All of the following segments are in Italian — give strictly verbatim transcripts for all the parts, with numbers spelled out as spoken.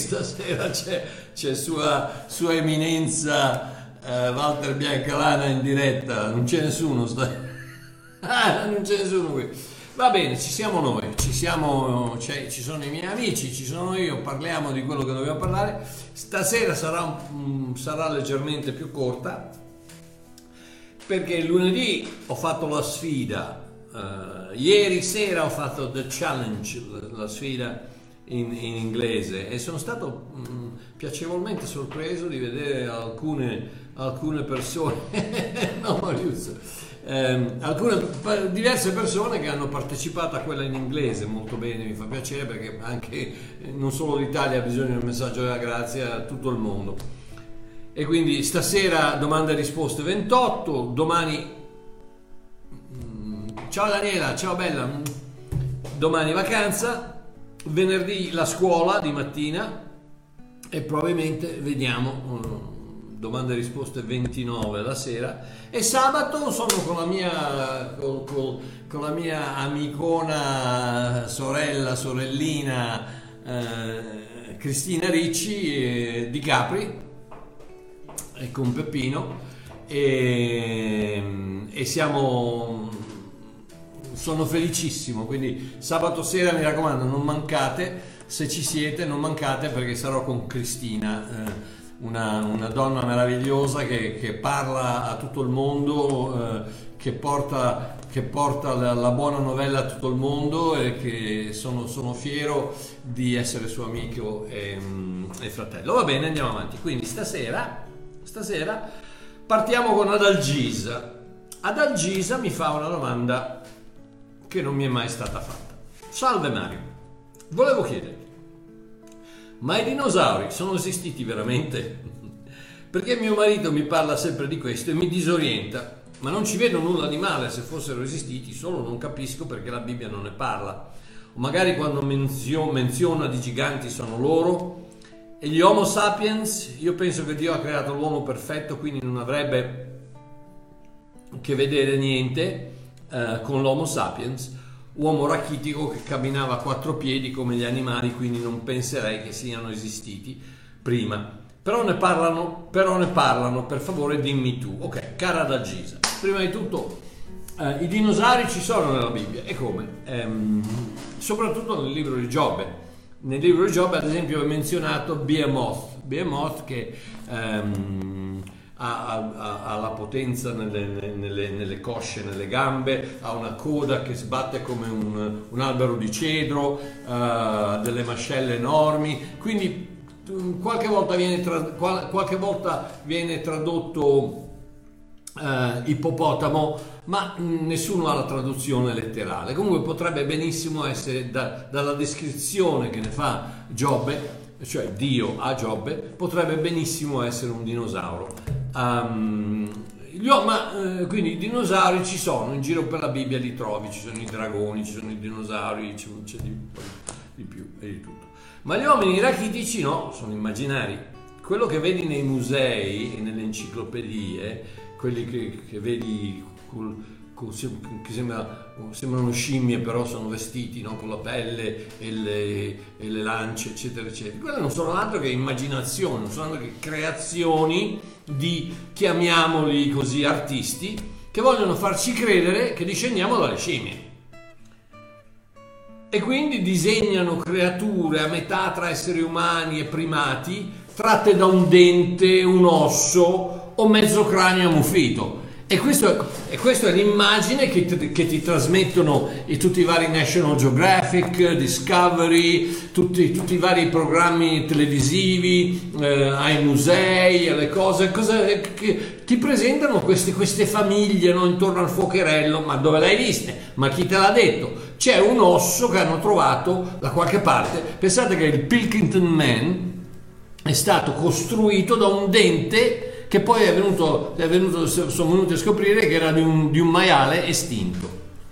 stasera c'è, c'è sua, sua eminenza eh, Walter Biancalana in diretta, non c'è nessuno sta... ah, non c'è nessuno qui. Va bene, ci siamo noi, ci siamo, cioè, ci sono i miei amici, ci sono io, parliamo di quello che dobbiamo parlare. Stasera sarà, un, sarà leggermente più corta, perché lunedì ho fatto la sfida, uh, ieri sera ho fatto The Challenge, la sfida in, in inglese, e sono stato um, piacevolmente sorpreso di vedere alcune, alcune persone, no Mariuzzo, Um, alcune diverse persone che hanno partecipato a quella in inglese molto bene, mi fa piacere, perché anche non solo l'Italia ha bisogno del messaggio della grazia, tutto il mondo. E quindi stasera domande e risposte ventotto, domani ciao Daniela, ciao bella, domani vacanza, venerdì la scuola di mattina e probabilmente vediamo domande e risposte ventinove la sera, e sabato sono con la mia con, con, con la mia amicona, sorella, sorellina eh, Cristina Ricci eh, di Capri, e con Peppino, e, e siamo sono felicissimo, quindi sabato sera mi raccomando non mancate, se ci siete non mancate, perché sarò con Cristina, eh, Una, una donna meravigliosa che, che parla a tutto il mondo, eh, che porta, che porta la, la buona novella a tutto il mondo, e che sono, sono fiero di essere suo amico e, e fratello. Va bene, andiamo avanti. Quindi stasera, stasera partiamo con Adalgisa. Adalgisa mi fa una domanda che non mi è mai stata fatta. Salve Mario, volevo chiederti: ma i dinosauri sono esistiti veramente? Perché mio marito mi parla sempre di questo e mi disorienta, ma non ci vedo nulla di male se fossero esistiti, solo non capisco perché la Bibbia non ne parla. O magari quando menzio- menziona di giganti sono loro. E gli Homo sapiens? Io penso che Dio ha creato l'uomo perfetto, quindi non avrebbe che vedere niente eh, con l'Homo sapiens, uomo rachitico che camminava a quattro piedi come gli animali, quindi non penserei che siano esistiti prima. Però ne parlano, però ne parlano, per favore dimmi tu. Ok, cara Adalgisa, prima di tutto eh, i dinosauri ci sono nella Bibbia, e come? Ehm, soprattutto nel libro di Giobbe. Nel libro di Giobbe ad esempio è menzionato Behemoth, Behemoth che ehm, Ha, ha, ha la potenza nelle, nelle, nelle cosce, nelle gambe, ha una coda che sbatte come un, un albero di cedro, uh, delle mascelle enormi, quindi qualche volta viene, tra, qual, qualche volta viene tradotto uh, ippopotamo, ma nessuno ha la traduzione letterale. Comunque potrebbe benissimo essere, da, dalla descrizione che ne fa Giobbe, cioè Dio a Giobbe, potrebbe benissimo essere un dinosauro. Um, gli, ma, eh, quindi i dinosauri ci sono in giro per la Bibbia, li trovi, ci sono i dragoni, ci sono i dinosauri, c'è, c'è di, di più e di tutto. Ma gli uomini rachitici no, sono immaginari. Quello che vedi nei musei e nelle enciclopedie, quelli che, che vedi col, col, che sembra, sembrano scimmie però sono vestiti, no? Con la pelle e le, e le lance eccetera eccetera, quelle non sono altro che immaginazioni, non sono altro che creazioni di, chiamiamoli così, artisti che vogliono farci credere che discendiamo dalle scimmie, e quindi disegnano creature a metà tra esseri umani e primati, tratte da un dente, un osso o mezzo cranio ammuffito. E questo è, e questa è l'immagine che ti, che ti trasmettono i, tutti i vari National Geographic, Discovery, tutti, tutti i vari programmi televisivi, eh, ai musei, alle cose, cose che ti presentano queste, queste famiglie, no, intorno al fuocherello. Ma dove l'hai viste? Ma chi te l'ha detto? C'è un osso che hanno trovato da qualche parte. Pensate che il Pilkington Man è stato costruito da un dente che poi è venuto, è venuto, sono venuti a scoprire che era di un, di un maiale estinto.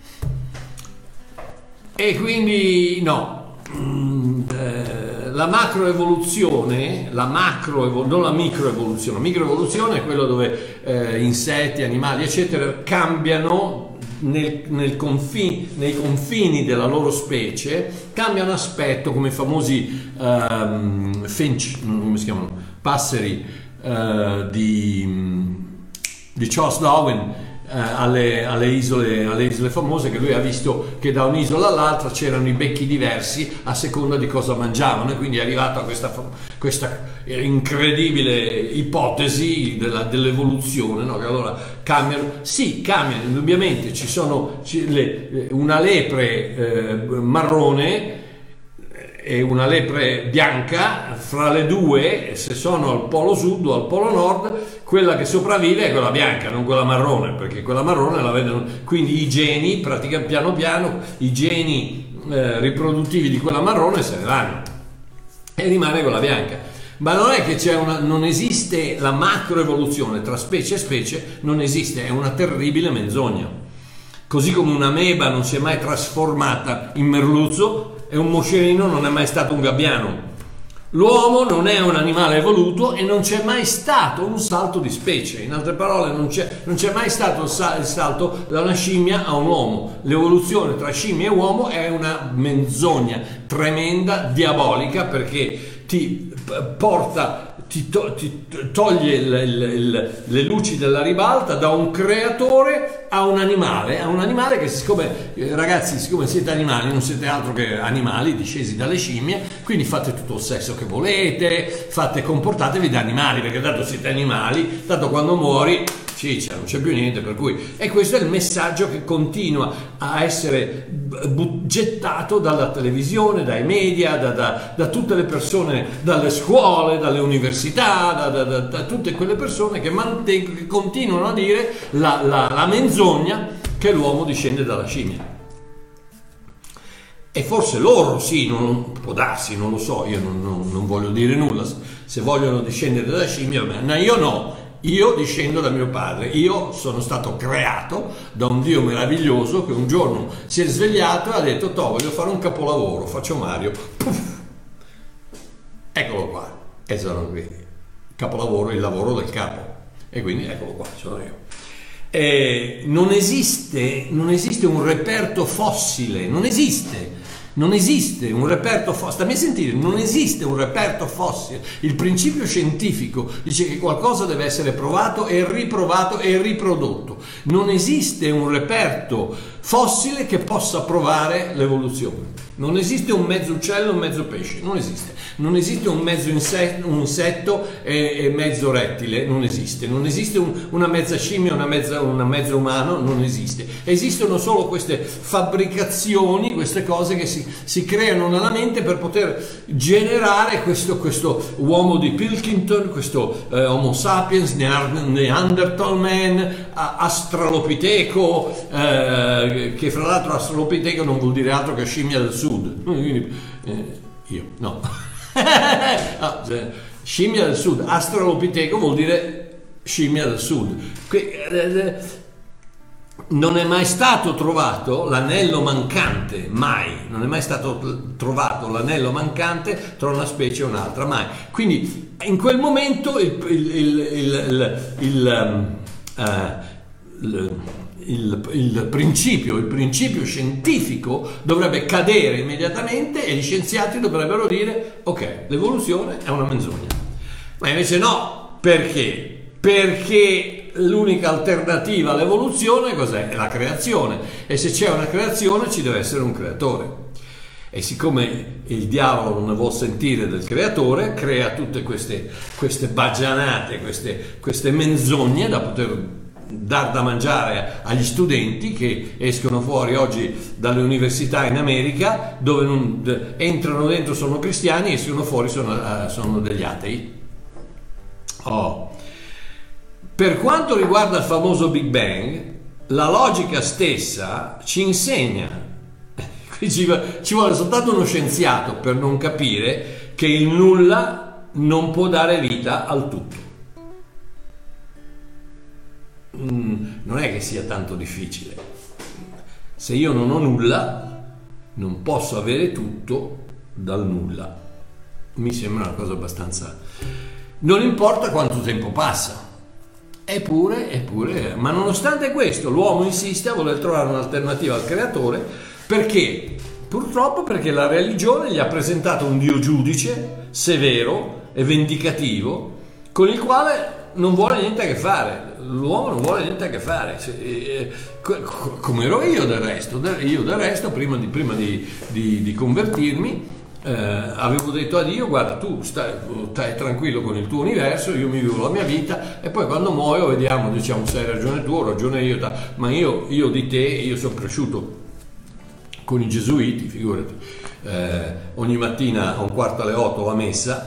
E quindi no, eh, la macroevoluzione, la macro, non la microevoluzione, la microevoluzione è quello dove eh, insetti, animali eccetera cambiano nel, nel confine, nei confini della loro specie, cambiano aspetto, come i famosi ehm, finch, come si chiamano, passeri uh, di, di Charles Darwin uh, alle, alle, isole, alle isole famose, che lui ha visto che da un'isola all'altra c'erano i becchi diversi a seconda di cosa mangiavano, e quindi è arrivato a questa, questa incredibile ipotesi della, dell'evoluzione, no? Che allora cambiano, sì, cambiano indubbiamente, ci sono le, una lepre eh, marrone e una lepre bianca, fra le due, se sono al polo sud o al polo nord, quella che sopravvive è quella bianca, non quella marrone, perché quella marrone la vedono, quindi i geni, praticamente piano piano, i geni eh, riproduttivi di quella marrone se ne vanno e rimane quella bianca. Ma non è che c'è una, non esiste la macroevoluzione tra specie e specie, non esiste, è una terribile menzogna. Così come un'ameba non si è mai trasformata in merluzzo, e un moscerino non è mai stato un gabbiano. L'uomo non è un animale evoluto e non c'è mai stato un salto di specie. In altre parole, non c'è, non c'è mai stato il, sal- il salto da una scimmia a un uomo. L'evoluzione tra scimmia e uomo è una menzogna tremenda, diabolica, perché ti porta, ti, to- ti toglie il, il, il, le luci della ribalta da un creatore a un animale, a un animale che, siccome ragazzi, siccome siete animali, non siete altro che animali discesi dalle scimmie, quindi fate tutto il sesso che volete, fate, comportatevi da animali, perché tanto siete animali, tanto quando muori sì, cioè, non c'è più niente, per cui, e questo è il messaggio che continua a essere gettato dalla televisione, dai media, da, da, da tutte le persone, dalle scuole, dalle università, da, da, da, da tutte quelle persone che, mantengono, che continuano a dire la, la, la menzogna che l'uomo discende dalla scimmia. E forse loro sì, non, può darsi, non lo so, io non, non, non voglio dire nulla, se vogliono discendere dalla scimmia, ma io no. Io discendo da mio padre, io sono stato creato da un Dio meraviglioso che un giorno si è svegliato e ha detto: toh, voglio fare un capolavoro, faccio Mario. Puff. Eccolo qua, e sono qui. Capolavoro, il lavoro del capo. E quindi eccolo qua, sono io. E non esiste, non esiste un reperto fossile, non esiste. Non esiste un reperto fossile, stammi a sentire, non esiste un reperto fossile. Il principio scientifico dice che qualcosa deve essere provato e riprovato e riprodotto. Non esiste un reperto fossile che possa provare l'evoluzione. Non esiste un mezzo uccello e un mezzo pesce, non esiste. Non esiste un mezzo insetto, un insetto e, e mezzo rettile, non esiste. Non esiste un, una mezza scimmia e una mezza, una mezza umano, non esiste. Esistono solo queste fabbricazioni, queste cose che si, si creano nella mente per poter generare questo, questo uomo di Pilkington, questo eh, Homo sapiens, Neanderthal man, Australopiteco, eh, che fra l'altro Australopiteco non vuol dire altro che scimmia del sud. Quindi, eh, io, no. no cioè, scimmia del sud, Australopiteco vuol dire scimmia del sud. Que- eh, non è mai stato trovato l'anello mancante, mai, non è mai stato trovato l'anello mancante tra una specie e un'altra, mai. Quindi in quel momento il, il, il, il, il, um, uh, il Il, il principio, il principio scientifico dovrebbe cadere immediatamente e gli scienziati dovrebbero dire: ok, l'evoluzione è una menzogna. Ma invece no, perché? Perché l'unica alternativa all'evoluzione cos'è? È la creazione, e se c'è una creazione ci deve essere un creatore. E siccome il diavolo non ne vuol sentire del creatore, crea tutte queste, queste baggianate, queste, queste menzogne da poter dar da mangiare agli studenti che escono fuori oggi dalle università in America, dove non, entrano dentro sono cristiani, escono fuori sono, sono degli atei. Oh. Per quanto riguarda il famoso Big Bang, la logica stessa ci insegna, qui ci, ci vuole soltanto uno scienziato per non capire che il nulla non può dare vita al tutto. Non è che sia tanto difficile. Se io non ho nulla, non posso avere tutto dal nulla. Mi sembra una cosa abbastanza... Non importa quanto tempo passa. Eppure, eppure, ma nonostante questo, l'uomo insiste a voler trovare un'alternativa al creatore, perché? Purtroppo perché la religione gli ha presentato un Dio giudice severo e vendicativo con il quale non vuole niente a che fare. L'uomo non vuole niente a che fare, come ero io del resto. Io del resto prima di, prima di, di, di convertirmi eh, avevo detto a Dio: guarda, tu stai, stai tranquillo con il tuo universo, io mi vivo la mia vita e poi quando muoio vediamo, diciamo, se hai ragione tu o ragione io, ma io, io di te, io sono cresciuto con i gesuiti, figurati, eh, ogni mattina a un quarto alle otto la messa,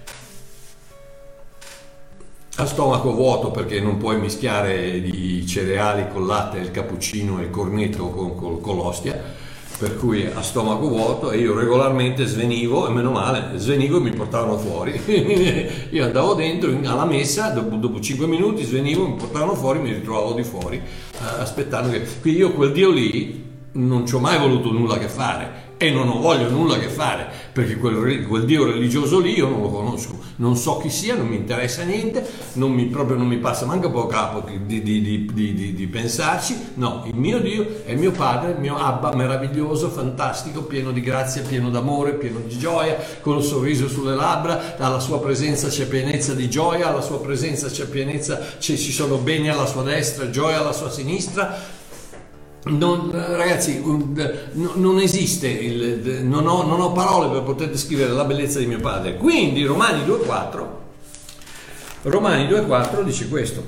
a stomaco vuoto, perché non puoi mischiare i cereali con latte, il cappuccino e il cornetto con, con, con l'ostia, per cui a stomaco vuoto, e io regolarmente svenivo, e meno male, svenivo e mi portavano fuori. Io andavo dentro alla messa, dopo, dopo cinque minuti svenivo, mi portavano fuori, mi ritrovavo di fuori, eh, aspettando che... Quindi io quel Dio lì non ci ho mai voluto nulla a che fare, e non ho voglio nulla a che fare, perché quel, quel Dio religioso lì io non lo conosco, non so chi sia, non mi interessa niente, non mi, proprio non mi passa manco poco capo di, di, di, di, di, di pensarci. No, il mio Dio è mio padre, il mio Abba meraviglioso, fantastico, pieno di grazia, pieno d'amore, pieno di gioia, con un sorriso sulle labbra. Alla sua presenza c'è pienezza di gioia, alla sua presenza c'è pienezza, c'è, ci sono beni alla sua destra, gioia alla sua sinistra. Non, ragazzi, non esiste, il, non, ho, non ho parole per poter descrivere la bellezza di mio padre. Quindi Romani due quattro Romani due quattro dice questo.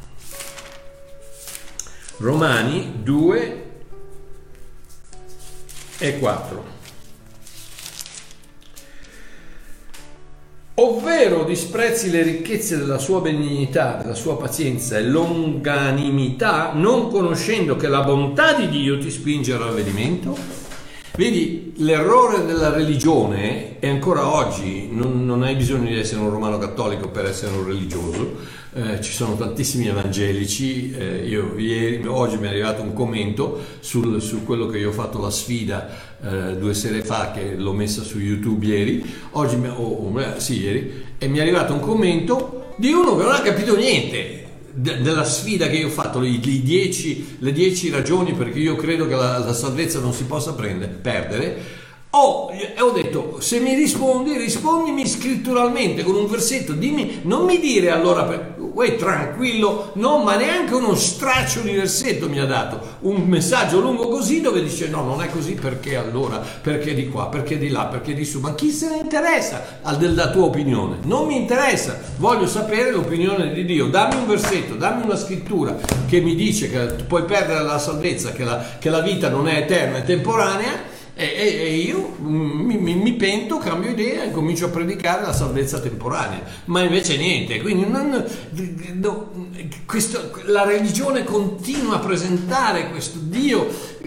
Romani due e quattro: ovvero disprezzi le ricchezze della sua benignità, della sua pazienza e longanimità, non conoscendo che la bontà di Dio ti spinge al ravvedimento? Vedi, l'errore della religione, e ancora oggi non, non hai bisogno di essere un romano cattolico per essere un religioso. Eh, ci sono tantissimi evangelici. Eh, io ieri, oggi mi è arrivato un commento sul, su quello che io ho fatto la sfida eh, due sere fa, che l'ho messa su YouTube ieri, oggi mi, oh, oh, sì, ieri, e mi è arrivato un commento di uno che non ha capito niente de, della sfida che io ho fatto, i, i dieci, le dieci ragioni perché io credo che la, la salvezza non si possa prendere, perdere. Oh, e ho detto: se mi rispondi, rispondimi scritturalmente con un versetto, dimmi, non mi dire allora, per, uè, tranquillo, no, ma neanche uno straccio di versetto mi ha dato, un messaggio lungo così dove dice no, non è così, perché allora, perché di qua, perché di là, perché di su. Ma chi se ne interessa della tua opinione? Non mi interessa, voglio sapere l'opinione di Dio. Dammi un versetto, dammi una scrittura che mi dice che puoi perdere la salvezza, che la, che la vita non è eterna, è temporanea. E, e io mi, mi, mi pento, cambio idea e comincio a predicare la salvezza temporanea, ma invece niente. Quindi non, no, questo, la religione continua a presentare questo Dio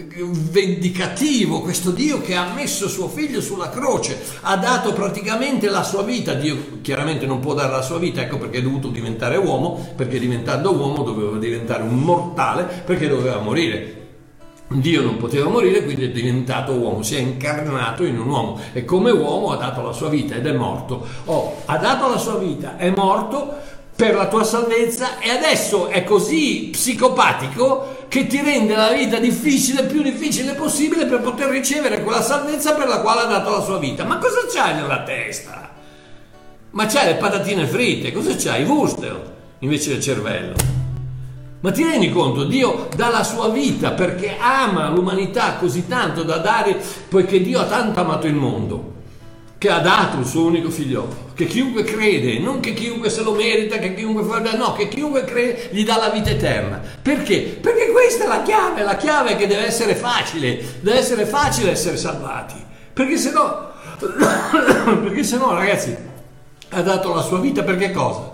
vendicativo, questo Dio che ha messo suo figlio sulla croce, ha dato praticamente la sua vita. Dio chiaramente non può dare la sua vita, ecco perché è dovuto diventare uomo, perché diventando uomo doveva diventare un mortale, perché doveva morire. Dio non poteva morire, quindi è diventato uomo, si è incarnato in un uomo e come uomo ha dato la sua vita ed è morto. Oh, ha dato la sua vita, è morto per la tua salvezza, e adesso è così psicopatico che ti rende la vita difficile, più difficile possibile, per poter ricevere quella salvezza per la quale ha dato la sua vita. Ma cosa c'hai nella testa? Ma c'hai le patatine fritte, cosa c'hai? I wurstel invece del cervello. Ma ti rendi conto? Dio dà la sua vita perché ama l'umanità così tanto da dare, poiché Dio ha tanto amato il mondo, che ha dato il suo unico figliolo, che chiunque crede, non che chiunque se lo merita, che chiunque fa, no, che chiunque crede gli dà la vita eterna. Perché? Perché questa è la chiave, la chiave è che deve essere facile, deve essere facile essere salvati, perché se no, perché se no, ragazzi, ha dato la sua vita per che cosa?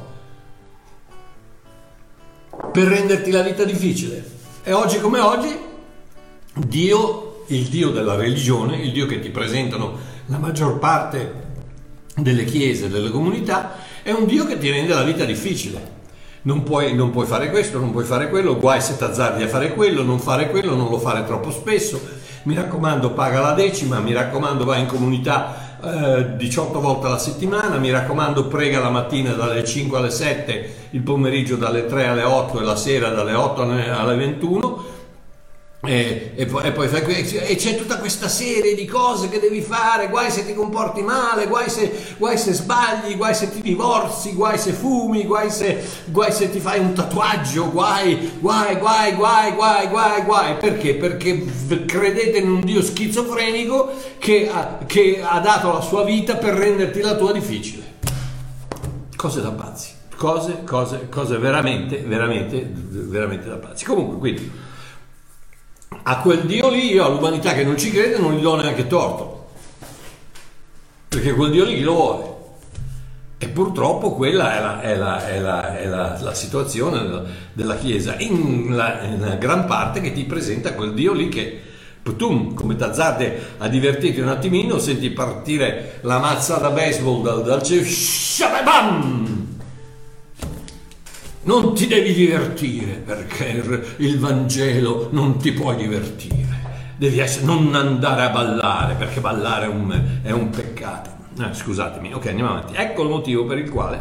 Per renderti la vita difficile. E oggi come oggi Dio, il Dio della religione, il Dio che ti presentano la maggior parte delle chiese, delle comunità, è un Dio che ti rende la vita difficile. Non puoi, non puoi fare questo, non puoi fare quello, guai se t'azzardi a fare quello, non fare quello, non lo fare troppo spesso. Mi raccomando, paga la decima, mi raccomando, vai in comunità eh, diciotto volte alla settimana, mi raccomando, prega la mattina dalle cinque alle sette, il pomeriggio dalle tre alle otto e la sera dalle otto alle ventuno. E, e, poi, e poi fai e c'è tutta questa serie di cose che devi fare, guai se ti comporti male, guai se, guai se sbagli, guai se ti divorzi, guai se fumi, guai se, guai se ti fai un tatuaggio, guai, guai, guai, guai, guai, guai, guai. Perché? Perché credete in un Dio schizofrenico che ha, che ha dato la sua vita per renderti la tua difficile. Cose da pazzi, cose, cose, cose veramente, veramente, veramente da pazzi. Comunque, quindi a quel Dio lì, io all'umanità che non ci crede non gli do neanche torto, perché quel Dio lì chi lo vuole? E purtroppo quella è la, è la, è la, è la, la situazione della, della Chiesa in, la, in gran parte, che ti presenta quel Dio lì che tu, come t'azzardi a divertirti un attimino, senti partire la mazza da baseball dal, dal cielo, shababam! Non ti devi divertire perché il Vangelo non ti puoi divertire. Devi essere, non andare a ballare perché ballare è un, è un peccato. Eh, scusatemi, ok, andiamo avanti. Ecco il motivo per il quale,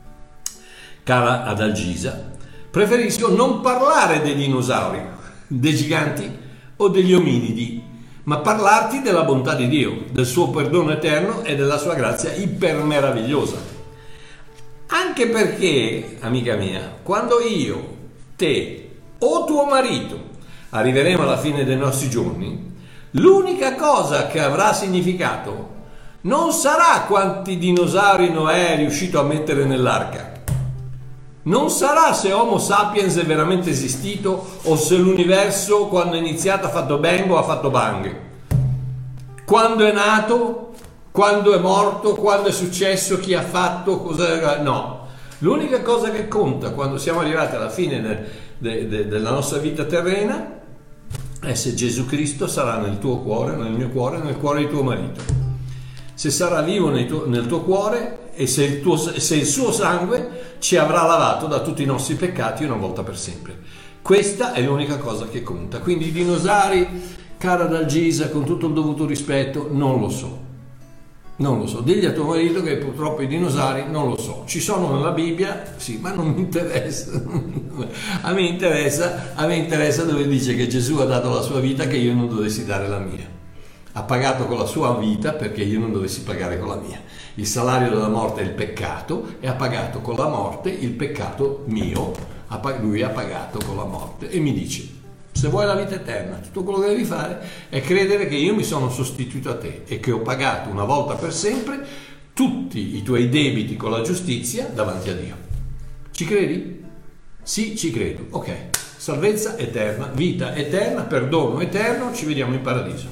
cara Adalgisa, preferisco non parlare dei dinosauri, dei giganti o degli ominidi, ma parlarti della bontà di Dio, del suo perdono eterno e della sua grazia ipermeravigliosa. Anche perché, amica mia, quando io, te o tuo marito arriveremo alla fine dei nostri giorni, l'unica cosa che avrà significato non sarà quanti dinosauri Noè è riuscito a mettere nell'arca, non sarà se Homo sapiens è veramente esistito o se l'universo quando è iniziato ha fatto bang o ha fatto bang, quando è nato, quando è morto, quando è successo, chi ha fatto, cosa... No, l'unica cosa che conta quando siamo arrivati alla fine de, de, de, della nostra vita terrena è se Gesù Cristo sarà nel tuo cuore, nel mio cuore, nel cuore di tuo marito, se sarà vivo nel tuo, nel tuo cuore e se il, tuo, se il suo sangue ci avrà lavato da tutti i nostri peccati una volta per sempre. Questa è l'unica cosa che conta. Quindi i dinosauri, cara Adalgisa, con tutto il dovuto rispetto, non lo so. Non lo so, digli a tuo marito che purtroppo i dinosauri non lo so, ci sono nella Bibbia, sì, ma non mi interessa. A me interessa, a me interessa dove dice che Gesù ha dato la sua vita che io non dovessi dare la mia. Ha pagato con la sua vita perché io non dovessi pagare con la mia. Il salario della morte è il peccato e ha pagato con la morte il peccato mio. Lui ha pagato con la morte e mi dice: se vuoi la vita eterna, tutto quello che devi fare è credere che io mi sono sostituito a te e che ho pagato una volta per sempre tutti i tuoi debiti con la giustizia davanti a Dio. Ci credi? Sì, ci credo. Ok, salvezza eterna, vita eterna, perdono eterno, ci vediamo in paradiso.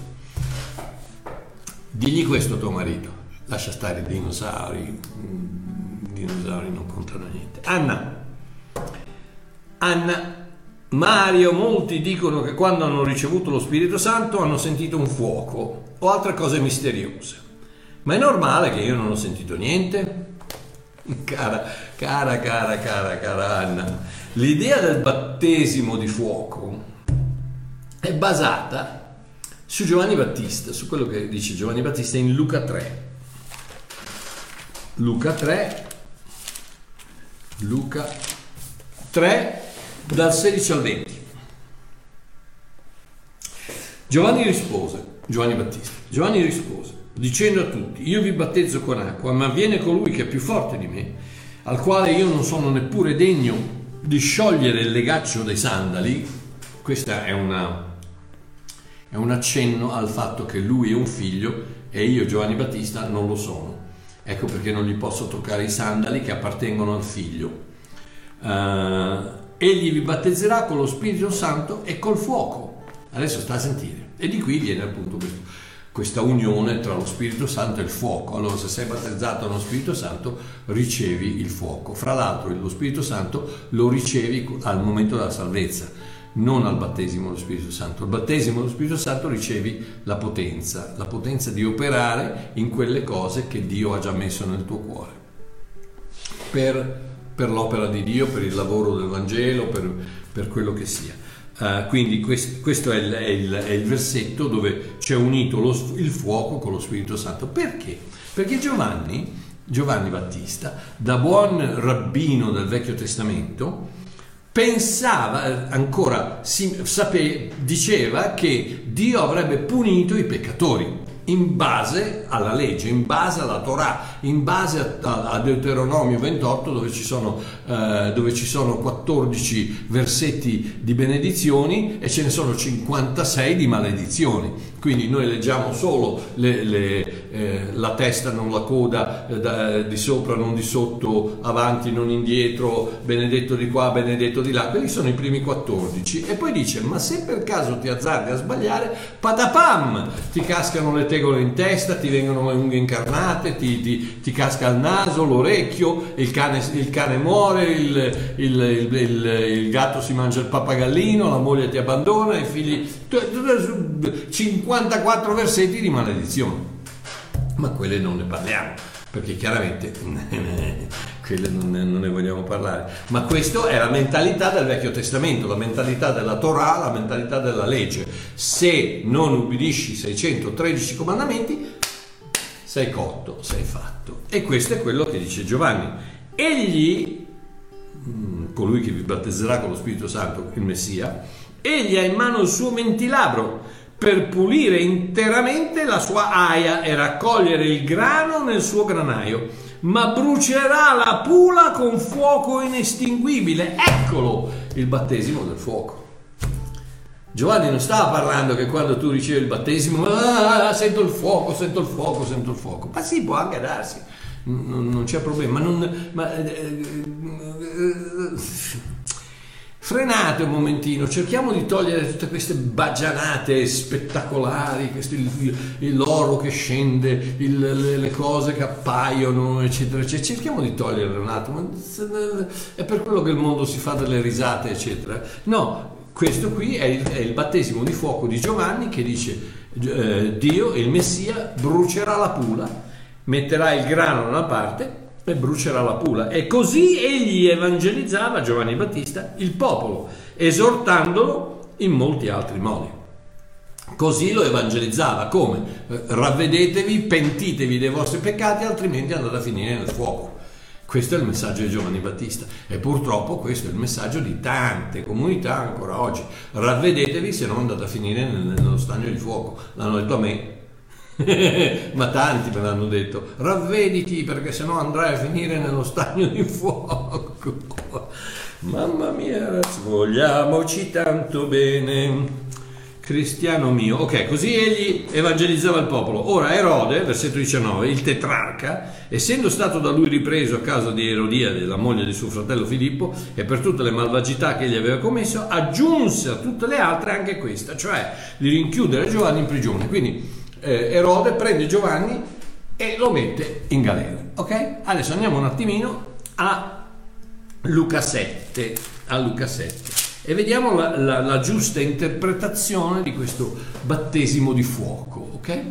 Digli questo a tuo marito. Lascia stare i dinosauri. I dinosauri non contano niente. Anna. Anna. Mario, molti dicono che quando hanno ricevuto lo Spirito Santo hanno sentito un fuoco o altre cose misteriose. Ma è normale che io non ho sentito niente? Cara, cara, cara, cara, cara Anna, l'idea del battesimo di fuoco è basata su Giovanni Battista, su quello che dice Giovanni Battista in Luca tre. Luca tre, Luca tre, dal sedici al venti. Giovanni rispose, Giovanni Battista, Giovanni rispose, dicendo a tutti: io vi battezzo con acqua, ma viene colui che è più forte di me, al quale io non sono neppure degno di sciogliere il legaccio dei sandali. Questa è una è un accenno al fatto che lui è un figlio e io, Giovanni Battista, non lo sono. Ecco perché non gli posso toccare i sandali che appartengono al figlio. Uh, egli vi battezzerà con lo Spirito Santo e col fuoco. Adesso sta a sentire. E di qui viene appunto questo, questa unione tra lo Spirito Santo e il fuoco. Allora, se sei battezzato nello Spirito Santo, ricevi il fuoco. Fra l'altro, lo Spirito Santo lo ricevi al momento della salvezza, non al battesimo dello Spirito Santo. Al battesimo dello Spirito Santo ricevi la potenza, la potenza di operare in quelle cose che Dio ha già messo nel tuo cuore. Per per l'opera di Dio, per il lavoro del Vangelo, per, per quello che sia. Uh, quindi quest, questo è il, è, il, è il versetto dove c'è unito lo, il fuoco con lo Spirito Santo. Perché? Perché Giovanni, Giovanni Battista, da buon rabbino del Vecchio Testamento, pensava, ancora si, sape, diceva che Dio avrebbe punito i peccatori in base alla legge, in base alla Torah, in base a, a Deuteronomio ventotto, dove ci sono, eh, dove ci sono quattordici versetti di benedizioni e ce ne sono cinquantasei di maledizioni. Quindi noi leggiamo solo le, le, eh, la testa, non la coda, eh, da, di sopra, non di sotto, avanti, non indietro, benedetto di qua, benedetto di là. Quelli sono i primi quattordici. E poi dice, ma se per caso ti azzardi a sbagliare, patapam, ti cascano le tegole in testa, ti vengono le unghie incarnate, ti, ti, ti casca il naso, l'orecchio, il cane, il cane muore, il, il, il, il, il gatto si mangia il pappagallino, la moglie ti abbandona, i figli... cinquantaquattro versetti di maledizione, ma quelle non ne parliamo perché chiaramente quelle non ne, non ne vogliamo parlare. Ma questa è la mentalità del Vecchio Testamento, la mentalità della Torah, la mentalità della legge. Se non ubbidisci i seicentotredici comandamenti, sei cotto, sei fatto. E questo è quello che dice Giovanni. Egli, colui che vi battezzerà con lo Spirito Santo, il Messia, egli ha in mano il suo mentilabro per pulire interamente la sua aia e raccogliere il grano nel suo granaio, ma brucerà la pula con fuoco inestinguibile. Eccolo il battesimo del fuoco. Giovanni non stava parlando che quando tu ricevi il battesimo, ah, sento il fuoco, sento il fuoco, sento il fuoco. Ma sì, può anche darsi, non, non c'è problema. Ma non, ma, eh, eh, frenate un momentino, cerchiamo di togliere tutte queste baggianate spettacolari, questo, il, il, l'oro che scende, il, le, le cose che appaiono, eccetera, eccetera. Cerchiamo di toglierle un attimo. È per quello che il mondo si fa delle risate, eccetera. No, questo qui è il, è il battesimo di fuoco di Giovanni che dice eh, Dio, il Messia, brucerà la pula, metterà il grano da una parte e brucerà la pula. E così egli evangelizzava, Giovanni Battista, il popolo, esortandolo in molti altri modi. Così lo evangelizzava, come? Ravvedetevi, pentitevi dei vostri peccati, altrimenti andate a finire nel fuoco. Questo è il messaggio di Giovanni Battista e purtroppo questo è il messaggio di tante comunità ancora oggi. Ravvedetevi, se no andate a finire nello stagno di fuoco. L'hanno detto a me. Ma tanti me l'hanno detto, ravvediti perché sennò andrai a finire nello stagno di fuoco. Mamma mia, vogliamoci tanto bene, cristiano mio. Ok, così egli evangelizzava il popolo. Ora Erode, versetto diciannove, il tetrarca, essendo stato da lui ripreso a causa di Erodiade, la moglie di suo fratello Filippo, e per tutte le malvagità che egli aveva commesso, aggiunse a tutte le altre anche questa, cioè di rinchiudere Giovanni in prigione. Quindi Erode prende Giovanni e lo mette in galera. Ok? Adesso andiamo un attimino a Luca sette, a Luca sette e vediamo la, la, la giusta interpretazione di questo battesimo di fuoco. Ok?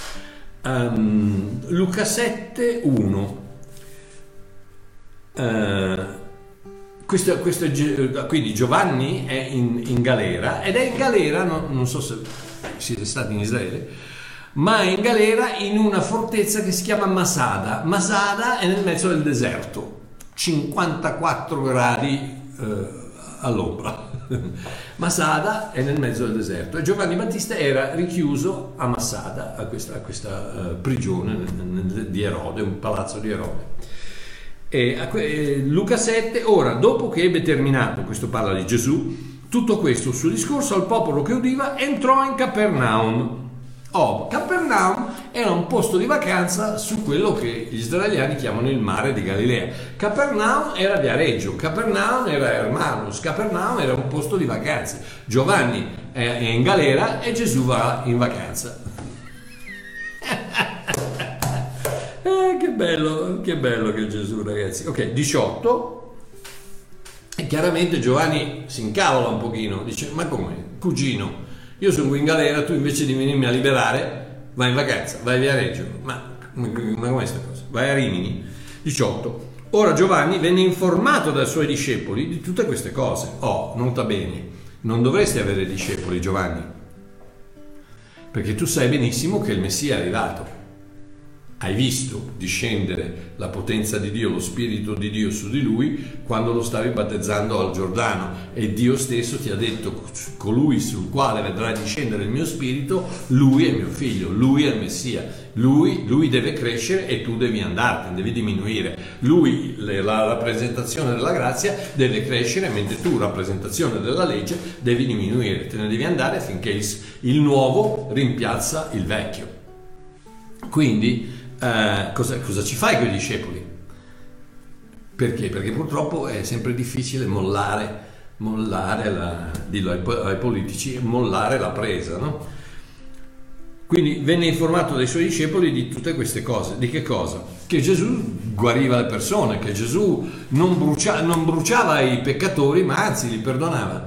Um, Luca sette uno. Uh, questo, questo è, quindi Giovanni è in, in galera ed è in galera, no, non so se siete stati in Israele, ma è in galera in una fortezza che si chiama Masada. Masada è nel mezzo del deserto, cinquantaquattro gradi eh, all'ombra. Masada è nel mezzo del deserto e Giovanni Battista era richiuso a Masada, a questa, a questa uh, prigione nel, nel, di Erode, un palazzo di Erode. E, eh, Luca sette, ora dopo che ebbe terminato, questo parla di Gesù, tutto questo il suo discorso al popolo che udiva, entrò in Capernaum. Oh, Capernaum era un posto di vacanza su quello che gli israeliani chiamano il mare di Galilea. Capernaum era Viareggio, Capernaum era Hermanus, Capernaum era un posto di vacanze. Giovanni è in galera e Gesù va in vacanza. eh, che bello, che bello che Gesù, ragazzi. Ok, diciotto. E chiaramente Giovanni si incavola un pochino, dice: ma come, cugino? Io sono qui in galera, tu invece di venirmi a liberare vai in vacanza, vai a Viareggio. Ma, ma, ma com'è sta cosa? Vai a Rimini. diciotto. Ora Giovanni venne informato dai suoi discepoli di tutte queste cose. Oh, nota bene, non dovresti avere discepoli, Giovanni, perché tu sai benissimo che il Messia è arrivato. hai visto discendere la potenza di Dio, lo Spirito di Dio su di lui quando lo stavi battezzando al Giordano, e Dio stesso ti ha detto: colui sul quale vedrai discendere il mio Spirito, lui è mio figlio, lui è il Messia, lui, lui deve crescere e tu devi andartene, devi diminuire. Lui, la rappresentazione della grazia, deve crescere, mentre tu, rappresentazione della legge, devi diminuire, te ne devi andare finché il, il nuovo rimpiazza il vecchio. Quindi Uh, cosa, cosa ci fai con i discepoli? Perché? Perché purtroppo è sempre difficile mollare, mollare la, dillo ai, ai politici, mollare la presa, no? Quindi venne informato dai suoi discepoli di tutte queste cose. Di che cosa? Che Gesù guariva le persone, che Gesù non, brucia, non bruciava i peccatori, ma anzi li perdonava.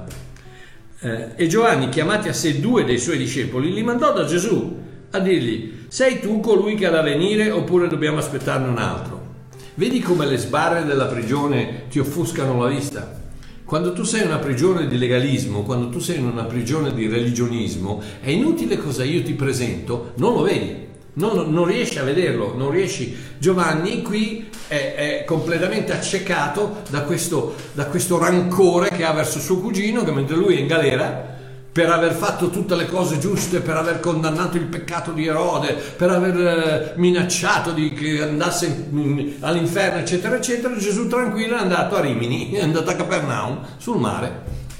Uh, e Giovanni, chiamati a sé due dei suoi discepoli, li mandò da Gesù a dirgli: sei tu colui che ha da venire oppure dobbiamo aspettarne un altro? Vedi come le sbarre della prigione ti offuscano la vista? Quando tu sei in una prigione di legalismo, quando tu sei in una prigione di religionismo, è inutile cosa io ti presento, non lo vedi, non, non riesci a vederlo, non riesci. Giovanni qui è, è completamente accecato da questo, da questo rancore che ha verso suo cugino, che mentre lui è in galera per aver fatto tutte le cose giuste, per aver condannato il peccato di Erode, per aver eh, minacciato di che andasse in, all'inferno, eccetera, eccetera, Gesù tranquillo è andato a Rimini, è andato a Capernaum, sul mare.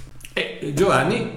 E Giovanni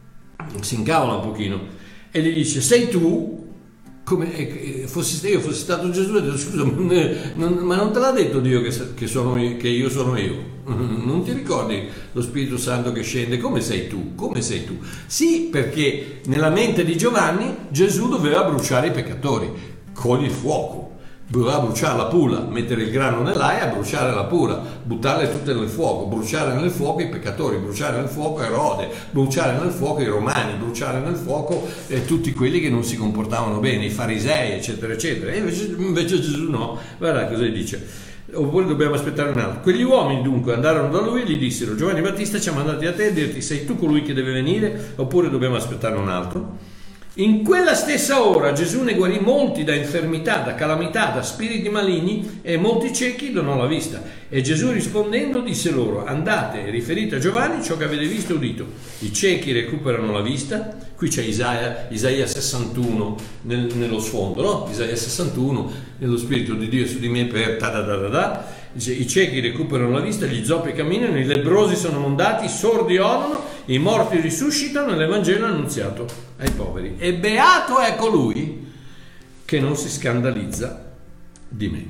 si incavola un pochino e gli dice: sei tu? Come eh, fossi, io fossi stato Gesù, e detto: scusa, non, ma non te l'ha detto Dio che, che, sono, che io sono io? Non ti ricordi lo Spirito Santo che scende? Come sei tu? Come sei tu? Sì, perché nella mente di Giovanni Gesù doveva bruciare i peccatori con il fuoco, doveva bruciare la pula, mettere il grano nell'aia, bruciare la pula, buttarle tutte nel fuoco, bruciare nel fuoco i peccatori, bruciare nel fuoco Erode, bruciare nel fuoco i romani, bruciare nel fuoco eh, tutti quelli che non si comportavano bene, i farisei, eccetera, eccetera. E invece, invece Gesù no, guarda cosa dice: oppure dobbiamo aspettare un altro. Quegli uomini dunque andarono da lui e gli dissero: Giovanni Battista ci ha mandati a te a dirti: sei tu colui che deve venire oppure dobbiamo aspettare un altro? In quella stessa ora Gesù ne guarì molti da infermità, da calamità, da spiriti maligni, e molti ciechi donò la vista. E Gesù rispondendo disse loro: andate e riferite a Giovanni ciò che avete visto e udito. I ciechi recuperano la vista. Qui c'è Isaia, Isaia sessantuno nel, nello sfondo, no? Isaia sessantuno, nello Spirito di Dio su di me per ta da da da da. I ciechi recuperano la vista, gli zoppi camminano, i lebbrosi sono mondati, i sordi odono, i morti risuscitano, e l'Evangelo è annunziato ai poveri. E beato è colui che non si scandalizza di me.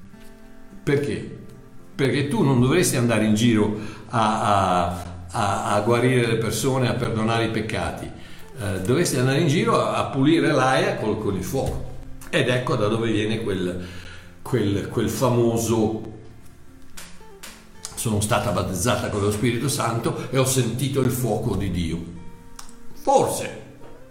Perché? Perché tu non dovresti andare in giro a, a, a, a guarire le persone, a perdonare i peccati, eh, dovresti andare in giro a, a pulire l'aia col, con il fuoco. Ed ecco da dove viene quel, quel, quel famoso: sono stata battezzata con lo Spirito Santo e ho sentito il fuoco di Dio. Forse,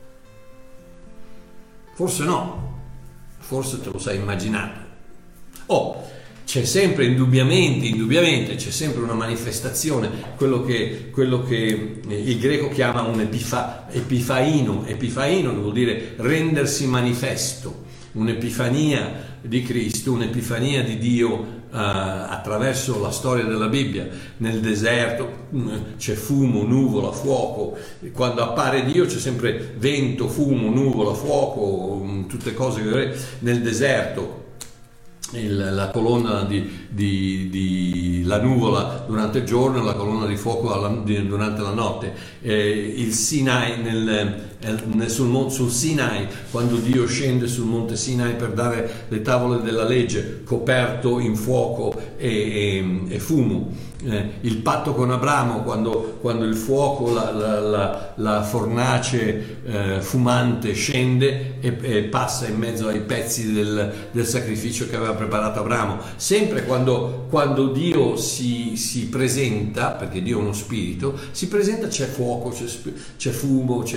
forse no, forse te lo sei immaginato. Oh, c'è sempre indubbiamente, indubbiamente c'è sempre una manifestazione, quello che, quello che il greco chiama un epifa, epifaino, epifaino che vuol dire rendersi manifesto, un'epifania di Cristo, un'epifania di Dio Uh, attraverso la storia della Bibbia. Nel deserto uh, c'è fumo, nuvola, fuoco. Quando appare Dio c'è sempre vento, fumo, nuvola, fuoco, um, tutte cose che nel deserto. Il, la colonna di, di, di la nuvola durante il giorno e la colonna di fuoco alla, di, durante la notte. Eh, il Sinai nel, nel, sul, sul Sinai, quando Dio scende sul monte Sinai per dare le tavole della legge, coperto in fuoco e, e, e fumo. Eh, il patto con Abramo, quando, quando il fuoco, la, la, la, la fornace eh, fumante scende e, e passa in mezzo ai pezzi del, del sacrificio che aveva preparato Abramo. Sempre quando, quando Dio si, si presenta, perché Dio è uno spirito, si presenta, c'è fuoco, c'è, c'è fumo, c'è vento,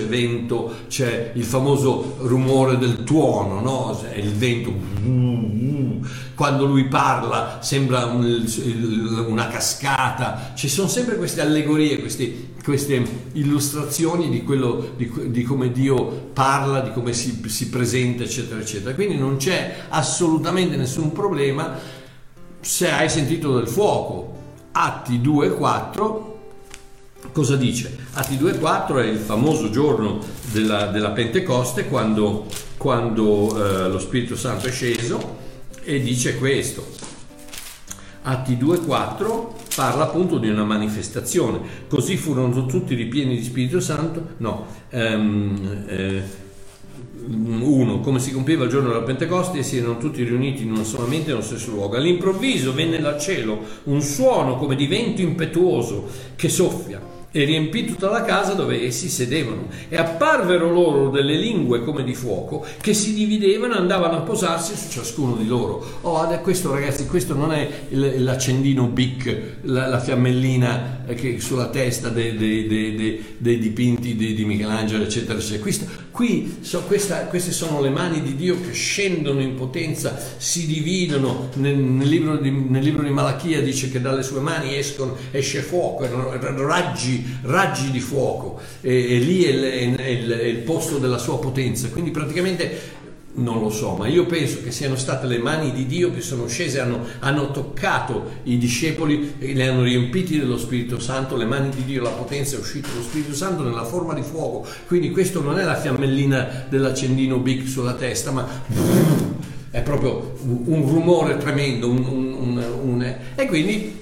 vento, c'è il famoso rumore del tuono, no? È il vento, quando lui parla sembra un, una cascata. Ci sono sempre queste allegorie, queste, queste illustrazioni di quello, di, di come Dio parla, di come si, si presenta, eccetera eccetera. Quindi non c'è assolutamente nessun problema se hai sentito del fuoco. Atti due quattro cosa dice? Atti due quattro è il famoso giorno della, della Pentecoste, quando, quando eh, lo Spirito Santo è sceso, e dice questo. Atti due quattro parla appunto di una manifestazione. Così furono tutti ripieni di Spirito Santo. No, ehm, eh, uno, come si compiva il giorno della Pentecoste, e si erano tutti riuniti in una sola mente nello stesso luogo. All'improvviso venne dal cielo un suono come di vento impetuoso che soffia e riempì tutta la casa dove essi sedevano, e apparvero loro delle lingue come di fuoco che si dividevano e andavano a posarsi su ciascuno di loro. Oh, questo ragazzi, questo non è il, l'accendino Bic, la, la fiammellina che sulla testa dei, dei, dei, dei, dei dipinti di, di Michelangelo, eccetera eccetera. Questo, qui so, questa, queste sono le mani di Dio che scendono in potenza, si dividono. Nel, nel, libro di, nel libro di Malachia dice che dalle sue mani escono, esce fuoco, raggi raggi di fuoco, e, e lì è il, è, il, è il posto della sua potenza. Quindi praticamente non lo so, ma io penso che siano state le mani di Dio che sono scese, hanno, hanno toccato i discepoli e li hanno riempiti dello Spirito Santo. Le mani di Dio, la potenza, è uscita lo Spirito Santo nella forma di fuoco. Quindi questo non è la fiammellina dell'accendino Bic sulla testa, ma è proprio un rumore tremendo, un, un, un, un, e quindi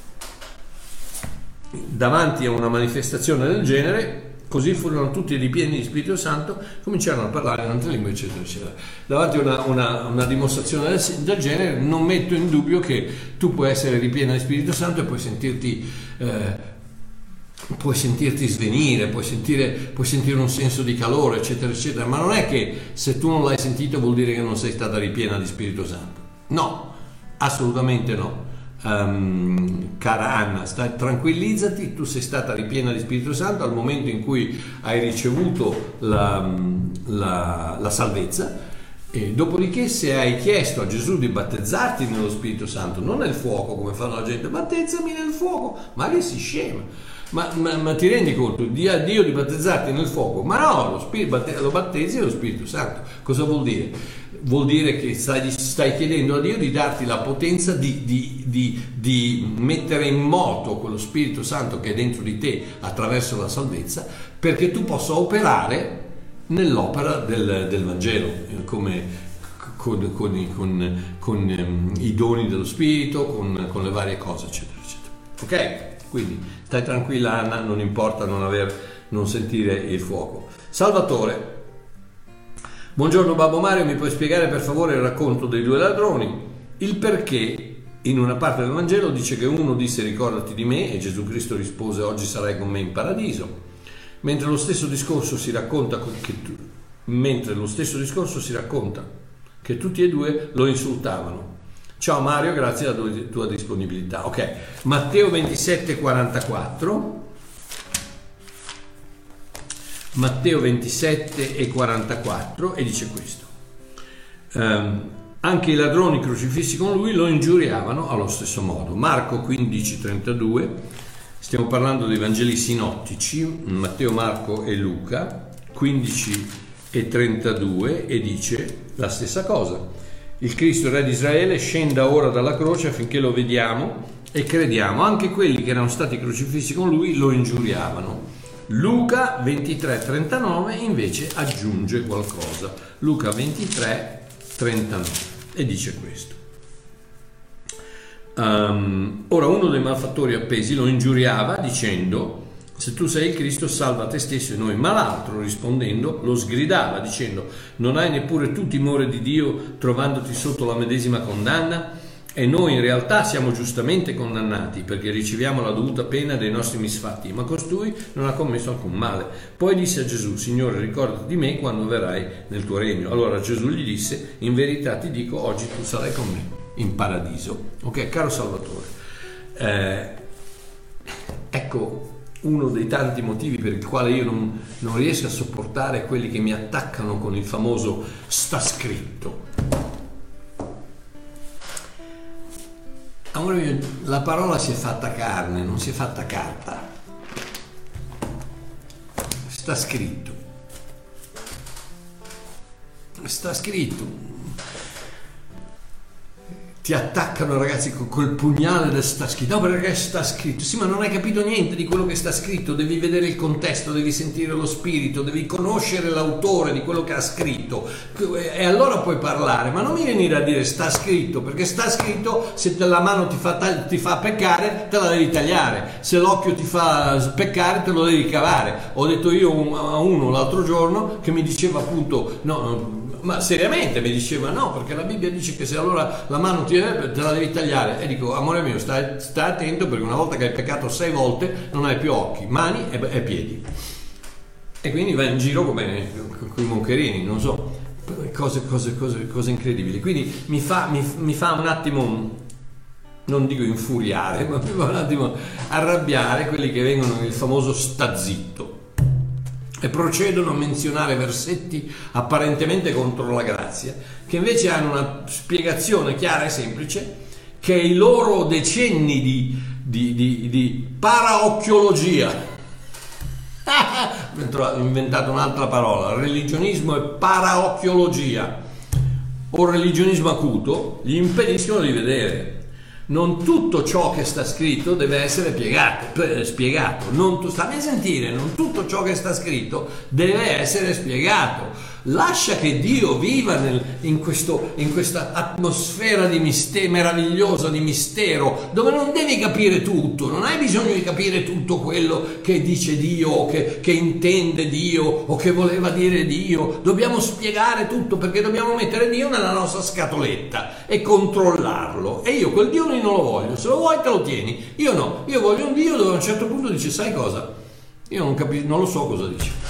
davanti a una manifestazione del genere, così furono tutti ripieni di Spirito Santo, cominciarono a parlare in altre lingue, eccetera eccetera. Davanti a una, una, una dimostrazione del, del genere, non metto in dubbio che tu puoi essere ripiena di Spirito Santo e puoi sentirti eh, puoi sentirti svenire, puoi sentire, puoi sentire un senso di calore, eccetera eccetera, ma non è che se tu non l'hai sentito vuol dire che non sei stata ripiena di Spirito Santo. No, assolutamente no. Um, cara Anna, stai, tranquillizzati, tu sei stata ripiena di Spirito Santo al momento in cui hai ricevuto la, la, la salvezza, e dopodiché se hai chiesto a Gesù di battezzarti nello Spirito Santo, non nel fuoco come fanno la gente, battezzami nel fuoco, ma che si scema, ma, ma, ma ti rendi conto, di a Dio di battezzarti nel fuoco? Ma no, lo, spirito, lo battezzi nello Spirito Santo. Cosa vuol dire? Vuol dire che stai, stai chiedendo a Dio di darti la potenza di, di, di, di mettere in moto quello Spirito Santo che è dentro di te attraverso la salvezza, perché tu possa operare nell'opera del, del Vangelo, come con, con, con, con um, i doni dello Spirito, con, con le varie cose, eccetera eccetera. Ok? Quindi stai tranquilla Anna, non importa non aver, non sentire il fuoco. Salvatore: buongiorno Babbo Mario, mi puoi spiegare per favore il racconto dei due ladroni? Il perché in una parte del Vangelo dice che uno disse ricordati di me e Gesù Cristo rispose oggi sarai con me in paradiso, mentre lo stesso discorso si racconta che tu, mentre lo stesso discorso si racconta che tutti e due lo insultavano. Ciao Mario, grazie alla tua disponibilità. Ok, Matteo ventisette quarantaquattro. Matteo ventisette e quarantaquattro, e dice questo: ehm, anche i ladroni crocifissi con lui lo ingiuriavano allo stesso modo. Marco quindici trentadue, stiamo parlando dei Vangeli sinottici, Matteo, Marco e Luca, quindici e trentadue, e dice la stessa cosa: il Cristo Re di Israele scenda ora dalla croce affinché lo vediamo e crediamo. Anche quelli che erano stati crocifissi con lui lo ingiuriavano. Luca ventitré trentanove invece aggiunge qualcosa. Luca ventitré trentanove, e dice questo: um, ora uno dei malfattori appesi lo ingiuriava dicendo se tu sei il Cristo salva te stesso e noi, ma l'altro rispondendo lo sgridava dicendo non hai neppure tu timore di Dio trovandoti sotto la medesima condanna? E noi in realtà siamo giustamente condannati perché riceviamo la dovuta pena dei nostri misfatti, ma costui non ha commesso alcun male. Poi disse a Gesù: Signore, ricordati di me quando verrai nel tuo regno. Allora Gesù gli disse: in verità ti dico, oggi tu sarai con me in paradiso. Ok, caro Salvatore, eh, ecco, uno dei tanti motivi per il quale io non, non riesco a sopportare quelli che mi attaccano con il famoso sta scritto. Amore mio, la parola si è fatta carne, non si è fatta carta. Sta scritto. Sta scritto. Ti attaccano, ragazzi, con quel pugnale del sta scritto. No, perché sta scritto. Sì, ma non hai capito niente di quello che sta scritto. Devi vedere il contesto, devi sentire lo spirito, devi conoscere l'autore di quello che ha scritto. E allora puoi parlare. Ma non mi venire a dire sta scritto, perché sta scritto, se la mano ti fa, ti fa peccare, te la devi tagliare. Se l'occhio ti fa peccare, te lo devi cavare. Ho detto io a uno l'altro giorno che mi diceva appunto, no, ma seriamente mi diceva no, perché la Bibbia dice che se allora la mano ti te la devi tagliare. E dico, amore mio, stai, stai attento, perché una volta che hai peccato sei volte non hai più occhi, mani e, e piedi, e quindi vai in giro come con i moncherini, non so, cose, cose, cose, cose incredibili. Quindi mi fa, mi, mi fa un attimo, non dico infuriare, ma mi fa un attimo arrabbiare quelli che vengono nel famoso sta zitto e procedono a menzionare versetti apparentemente contro la grazia, che invece hanno una spiegazione chiara e semplice, che i loro decenni di, di, di, di paraocchiologia, ho inventato un'altra parola, religionismo e paraocchiologia, o religionismo acuto, gli impediscono di vedere. Non tutto ciò che sta scritto deve essere piegato, spiegato. Non, stammi a sentire, non tutto ciò che sta scritto deve essere spiegato. Lascia che Dio viva nel, in, questo, in questa atmosfera di mistero, meravigliosa di mistero, dove non devi capire tutto, non hai bisogno di capire tutto quello che dice Dio, o che, che intende Dio, o che voleva dire Dio. Dobbiamo spiegare tutto, perché dobbiamo mettere Dio nella nostra scatoletta e controllarlo. E io quel Dio lì non lo voglio. Se lo vuoi te lo tieni, io no. Io voglio un Dio dove a un certo punto dice, sai cosa? Io non capisco, non lo so cosa dice.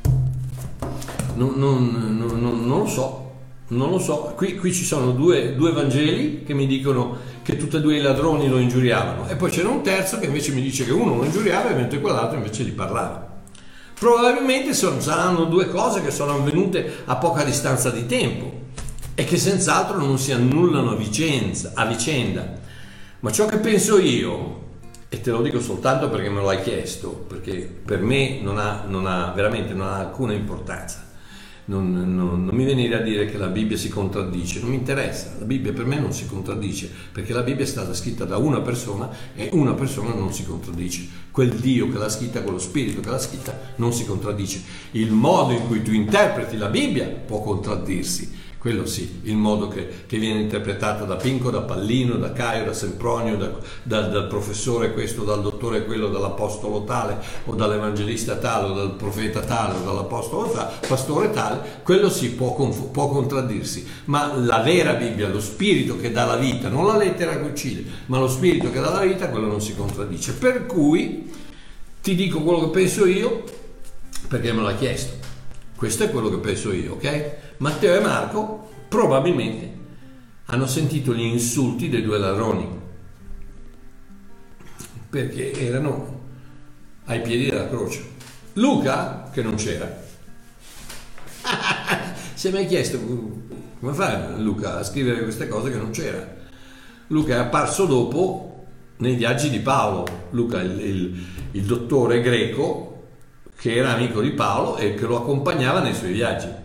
Non, non, non, non, non lo so, non lo so. Qui, qui ci sono due, due Vangeli che mi dicono che tutti e due i ladroni lo ingiuriavano, e poi c'era un terzo che invece mi dice che uno lo ingiuriava mentre quell'altro invece gli parlava. Probabilmente sono, saranno due cose che sono avvenute a poca distanza di tempo e che senz'altro non si annullano a, vicenza, a vicenda. Ma ciò che penso io, e te lo dico soltanto perché me lo hai chiesto, perché per me non ha, non ha veramente non ha alcuna importanza. Non, non, non mi venire a dire che la Bibbia si contraddice, non mi interessa. La Bibbia per me non si contraddice, perché la Bibbia è stata scritta da una persona e una persona non si contraddice. Quel Dio che l'ha scritta, quello spirito che l'ha scritta, non si contraddice. Il modo in cui tu interpreti la Bibbia può contraddirsi, quello sì, il modo che, che viene interpretato da Pinco, da Pallino, da Caio, da Sempronio, da, da, dal professore questo, dal dottore quello, dall'apostolo tale, o dall'evangelista tale, o dal profeta tale, o dall'apostolo tale, pastore tale, quello sì può, può contraddirsi. Ma la vera Bibbia, lo spirito che dà la vita, non la lettera che uccide, ma lo spirito che dà la vita, quello non si contraddice. Per cui ti dico quello che penso io, perché me l'ha chiesto. Questo è quello che penso io, ok? Matteo e Marco probabilmente hanno sentito gli insulti dei due ladroni, perché erano ai piedi della croce. Luca, che non c'era, si è mai chiesto come fa Luca a scrivere queste cose che non c'era. Luca è apparso dopo nei viaggi di Paolo. Luca, il, il, il dottore greco che era amico di Paolo e che lo accompagnava nei suoi viaggi.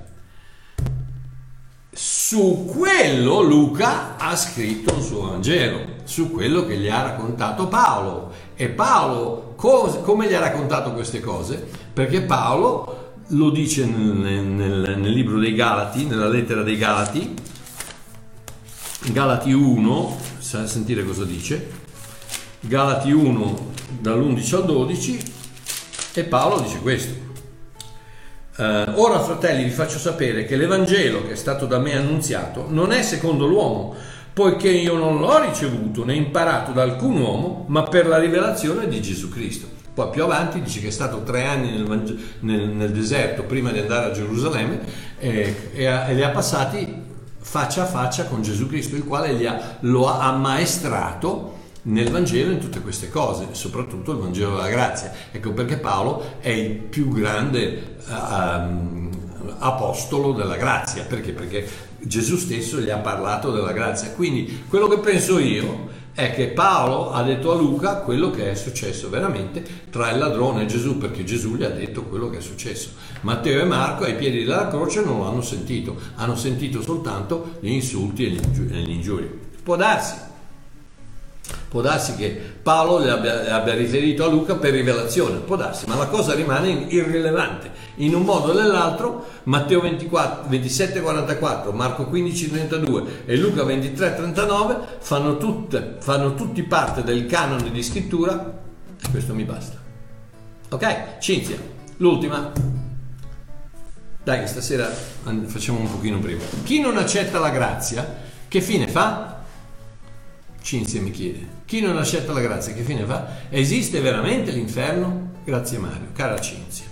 Su quello Luca ha scritto il suo Vangelo, su quello che gli ha raccontato Paolo. E Paolo co- come gli ha raccontato queste cose? Perché Paolo lo dice nel, nel, nel libro dei Galati, nella lettera dei Galati, Galati uno, sentire cosa dice, Galati uno dall'undici al dodici, e Paolo dice questo: eh, ora fratelli vi faccio sapere che l'Evangelo che è stato da me annunziato non è secondo l'uomo, poiché io non l'ho ricevuto né imparato da alcun uomo, ma per la rivelazione di Gesù Cristo. Poi più avanti dice che è stato tre anni nel, nel, nel deserto prima di andare a Gerusalemme e, e, e li ha passati faccia a faccia con Gesù Cristo, il quale gli ha, lo ha ammaestrato nel Vangelo in tutte queste cose, soprattutto il Vangelo della grazia. Ecco perché Paolo è il più grande um, apostolo della grazia. Perché? Perché Gesù stesso gli ha parlato della grazia. Quindi quello che penso io è che Paolo ha detto a Luca quello che è successo veramente tra il ladrone e Gesù, perché Gesù gli ha detto quello che è successo. Matteo e Marco ai piedi della croce non lo hanno sentito, hanno sentito soltanto gli insulti e gli ingiuri. Può darsi Può darsi che Paolo le abbia, le abbia riferito a Luca per rivelazione, può darsi, ma la cosa rimane irrilevante. In un modo o nell'altro, Matteo ventiquattro, ventisette quarantaquattro, Marco quindici trentadue e Luca ventitré trentanove fanno, tutte, fanno tutti parte del canone di scrittura, e questo mi basta. Ok? Cinzia, l'ultima. Dai, stasera facciamo un pochino prima. Chi non accetta la grazia, che fine fa? Cinzia mi chiede, chi non accetta la grazia che fine fa? Esiste veramente l'inferno? Grazie Mario, cara Cinzia.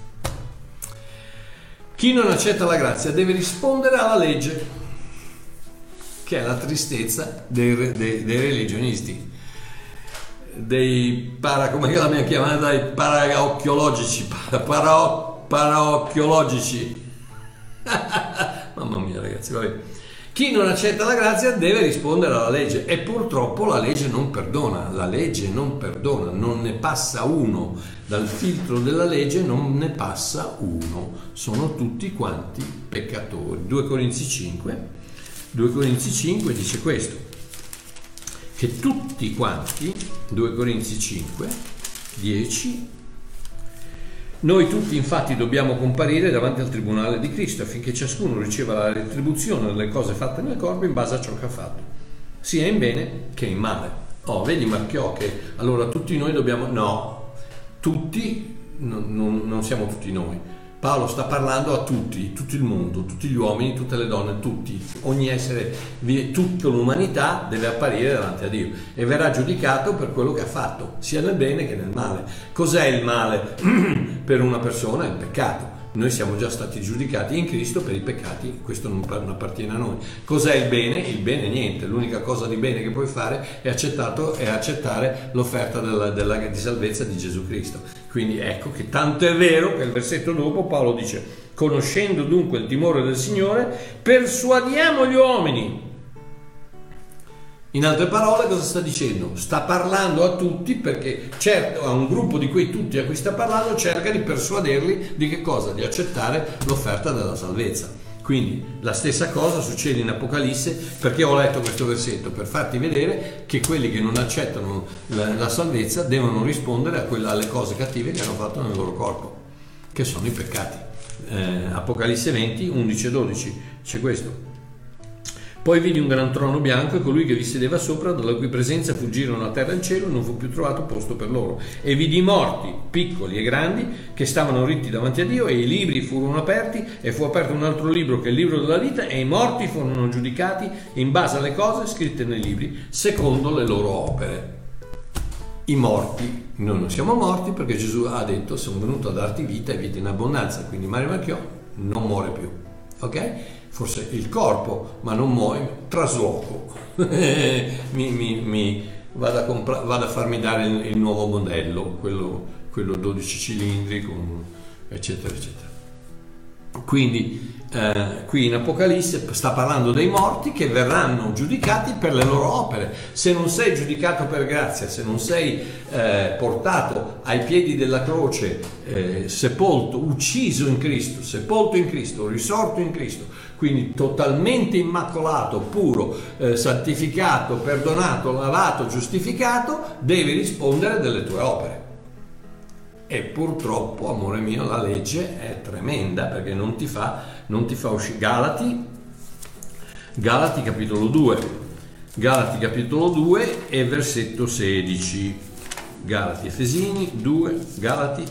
Chi non accetta la grazia deve rispondere alla legge, che è la tristezza dei, dei, dei religionisti, dei para, come la mia chiamata, dei paraocchiologici, para, para, paraocchiologici. Mamma mia ragazzi, vabbè. Chi non accetta la grazia deve rispondere alla legge, e purtroppo la legge non perdona, la legge non perdona, non ne passa uno, dal filtro della legge non ne passa uno, sono tutti quanti peccatori. due Corinzi cinque, due Corinzi cinque dice questo, che tutti quanti, due Corinzi cinque, dieci, noi tutti infatti dobbiamo comparire davanti al tribunale di Cristo affinché ciascuno riceva la retribuzione delle cose fatte nel corpo in base a ciò che ha fatto, sia in bene che in male. Oh, vedi Marchiò che allora tutti noi dobbiamo... No, tutti, non, non, non siamo tutti noi. Paolo sta parlando a tutti, tutto il mondo, tutti gli uomini, tutte le donne, tutti, ogni essere, tutta l'umanità deve apparire davanti a Dio e verrà giudicato per quello che ha fatto, sia nel bene che nel male. Cos'è il male? Per una persona è il peccato. Noi siamo già stati giudicati in Cristo per i peccati, questo non appartiene a noi. Cos'è il bene? Il bene è niente, l'unica cosa di bene che puoi fare è, accettato, è accettare l'offerta della, della, di salvezza di Gesù Cristo. Quindi ecco che tanto è vero che il versetto dopo Paolo dice: conoscendo dunque il timore del Signore, persuadiamo gli uomini. In altre parole cosa sta dicendo? Sta parlando a tutti, perché certo a un gruppo di quei tutti a cui sta parlando cerca di persuaderli di che cosa? Di accettare l'offerta della salvezza. Quindi la stessa cosa succede in Apocalisse, perché ho letto questo versetto per farti vedere che quelli che non accettano la, la salvezza devono rispondere a quella, alle cose cattive che hanno fatto nel loro corpo, che sono i peccati. Eh, Apocalisse venti, undici e dodici c'è questo. Poi vidi un gran trono bianco e colui che vi sedeva sopra, dalla cui presenza fuggirono a terra e il cielo, e non fu più trovato posto per loro. E vidi i morti, piccoli e grandi, che stavano ritti davanti a Dio, e i libri furono aperti, e fu aperto un altro libro che è il libro della vita, e i morti furono giudicati in base alle cose scritte nei libri, secondo le loro opere. I morti, noi non siamo morti perché Gesù ha detto: sono venuto a darti vita e vita in abbondanza. Quindi Mario Marchiò non muore più, ok? Forse il corpo, ma non muore, trasloco. mi, mi, mi vado, a compra- vado a farmi dare il, il nuovo modello, quello, quello dodici cilindri, con, eccetera, eccetera. Quindi eh, qui in Apocalisse sta parlando dei morti che verranno giudicati per le loro opere. Se non sei giudicato per grazia, se non sei eh, portato ai piedi della croce, eh, sepolto, ucciso in Cristo, sepolto in Cristo, risorto in Cristo, quindi totalmente immacolato, puro, eh, santificato, perdonato, lavato, giustificato, devi rispondere delle tue opere. E purtroppo, amore mio, la legge è tremenda, perché non ti fa, non ti fa uscire. Galati, Galati capitolo due, Galati capitolo due e versetto sedici. Galati, Efesini due, Galati,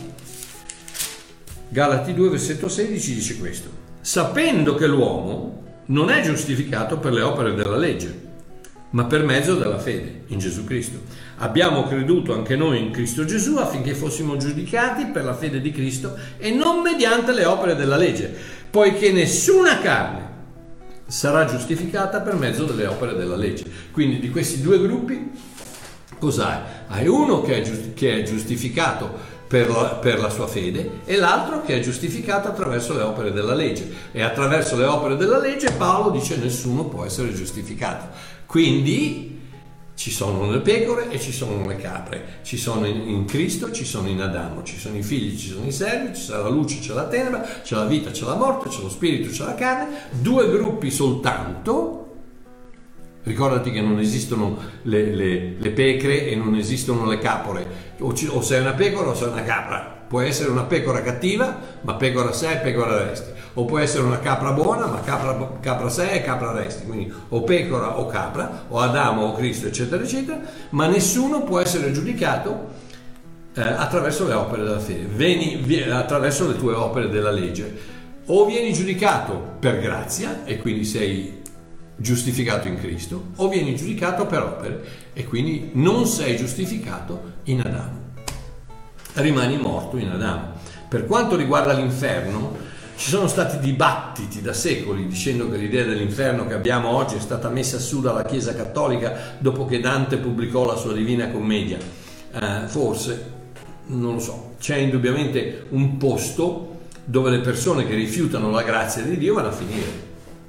Galati due, versetto sedici dice questo: sapendo che l'uomo non è giustificato per le opere della legge, ma per mezzo della fede in Gesù Cristo. Abbiamo creduto anche noi in Cristo Gesù affinché fossimo giudicati per la fede di Cristo e non mediante le opere della legge, poiché nessuna carne sarà giustificata per mezzo delle opere della legge. Quindi di questi due gruppi cos'hai? Hai uno che è, giust- che è giustificato per la, per la sua fede e l'altro che è giustificato attraverso le opere della legge, e attraverso le opere della legge Paolo dice nessuno può essere giustificato. Quindi ci sono le pecore e ci sono le capre, ci sono in, in Cristo, ci sono in Adamo, ci sono i figli, ci sono i servi, c'è la luce, c'è la tenebra, c'è la vita, c'è la morte, c'è lo spirito, c'è la carne, due gruppi soltanto. Ricordati che non esistono le, le, le pecore e non esistono le capore, o, ci, o sei una pecora o sei una capra. Può essere una pecora cattiva, ma pecora sei e pecora resti, o può essere una capra buona, ma capra, capra sei e capra resti, quindi o pecora o capra, o Adamo o Cristo, eccetera eccetera, ma nessuno può essere giudicato eh, attraverso le opere della fede, vieni, vieni, attraverso le tue opere della legge. O vieni giudicato per grazia e quindi sei giustificato in Cristo, o vieni giudicato per opere e quindi non sei giustificato in Adamo, rimani morto in Adamo. Per quanto riguarda l'inferno, ci sono stati dibattiti da secoli dicendo che l'idea dell'inferno che abbiamo oggi è stata messa su dalla Chiesa Cattolica dopo che Dante pubblicò la sua Divina Commedia. Eh, forse, non lo so, c'è indubbiamente un posto dove le persone che rifiutano la grazia di Dio vanno a finire.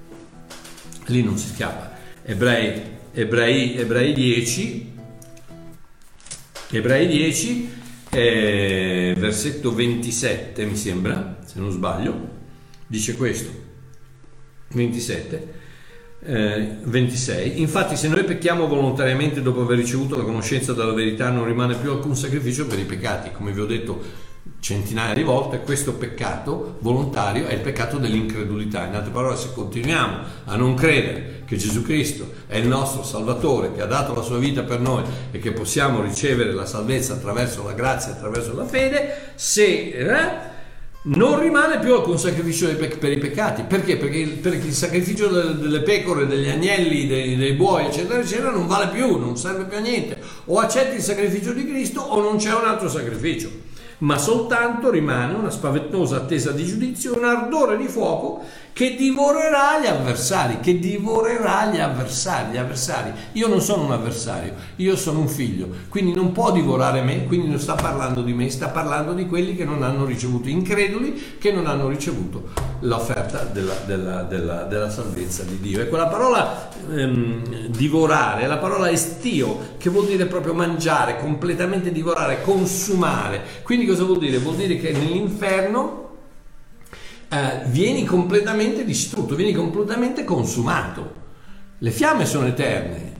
Lì non si scappa. Ebrei, Ebrei, Ebrei dieci, Ebrei dieci, eh, versetto ventisette mi sembra, se non sbaglio, dice questo, ventisette, eh, ventisei. Infatti se noi pecchiamo volontariamente dopo aver ricevuto la conoscenza della verità non rimane più alcun sacrificio per i peccati. Come vi ho detto centinaia di volte, questo peccato volontario è il peccato dell'incredulità. In altre parole, se continuiamo a non credere che Gesù Cristo è il nostro Salvatore, che ha dato la sua vita per noi e che possiamo ricevere la salvezza attraverso la grazia, attraverso la fede, se eh, non rimane più alcun sacrificio per i peccati. Perché? Perché il, perché il sacrificio delle, delle pecore, degli agnelli, dei, dei buoi, eccetera eccetera, non vale più, non serve più a niente. O accetti il sacrificio di Cristo o non c'è un altro sacrificio, ma soltanto rimane una spaventosa attesa di giudizio, un ardore di fuoco che divorerà gli avversari, che divorerà gli avversari, gli avversari. Io non sono un avversario, io sono un figlio, quindi non può divorare me, quindi non sta parlando di me, sta parlando di quelli che non hanno ricevuto, increduli che non hanno ricevuto l'offerta della, della, della, della salvezza di Dio. E quella parola ehm, divorare è la parola estio, che vuol dire proprio mangiare, completamente divorare, consumare. Quindi cosa vuol dire? Vuol dire che nell'inferno eh, vieni completamente distrutto, vieni completamente consumato. Le fiamme sono eterne,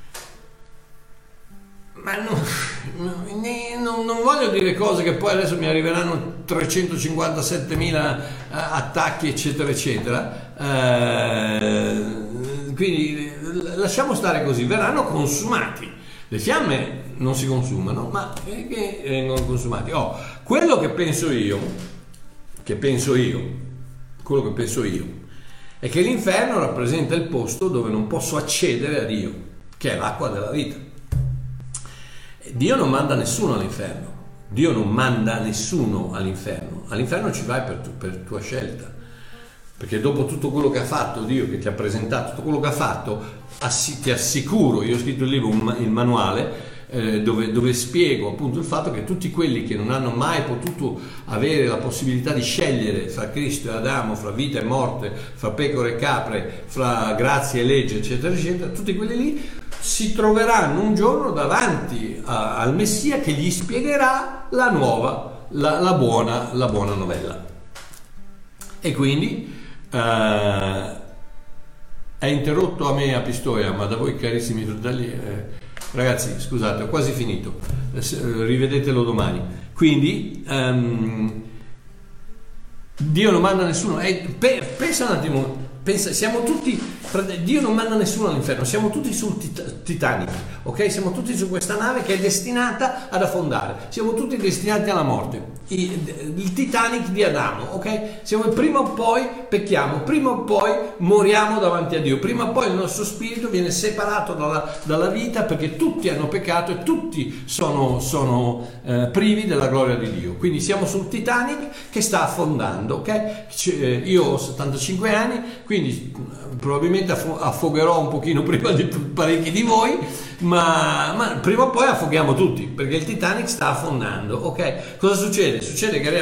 ma non, non, non voglio dire cose che poi adesso mi arriveranno trecentocinquantasettemila attacchi eccetera eccetera, eh, quindi lasciamo stare così, verranno consumati. Le fiamme non si consumano, ma che vengono consumati. Oh, quello che penso io, che penso io, quello che penso io, è che l'inferno rappresenta il posto dove non posso accedere a Dio, che è l'acqua della vita. Dio non manda nessuno all'inferno, Dio non manda nessuno all'inferno, all'inferno ci vai per, tu, per tua scelta, perché dopo tutto quello che ha fatto Dio, che ti ha presentato, tutto quello che ha fatto, assi, ti assicuro, io ho scritto il libro, un, il manuale, eh, dove, dove spiego appunto il fatto che tutti quelli che non hanno mai potuto avere la possibilità di scegliere fra Cristo e Adamo, fra vita e morte, fra pecore e capre, fra grazia e legge, eccetera eccetera, tutti quelli lì si troveranno un giorno davanti a, al Messia che gli spiegherà la nuova, la, la, buona, la buona novella. E quindi eh, è interrotto a me a Pistoia, ma da voi carissimi fratelli, eh, ragazzi scusate, ho quasi finito, eh, rivedetelo domani. Quindi ehm, Dio non manda nessuno, eh, pe, pensa un attimo. Pensa, siamo tutti, Dio non manda nessuno all'inferno, siamo tutti sul tit- Titanic, ok? Siamo tutti su questa nave che è destinata ad affondare, siamo tutti destinati alla morte, il, il Titanic di Adamo, ok? Siamo, prima o poi pecchiamo, prima o poi moriamo davanti a Dio, prima o poi il nostro spirito viene separato dalla, dalla vita, perché tutti hanno peccato e tutti sono, sono eh, privi della gloria di Dio. Quindi siamo sul Titanic che sta affondando, ok? C- io ho settantacinque anni, quindi quindi probabilmente affogherò un pochino prima di parecchi di voi, ma, ma prima o poi affoghiamo tutti, perché il Titanic sta affondando, ok? Cosa succede? Succede che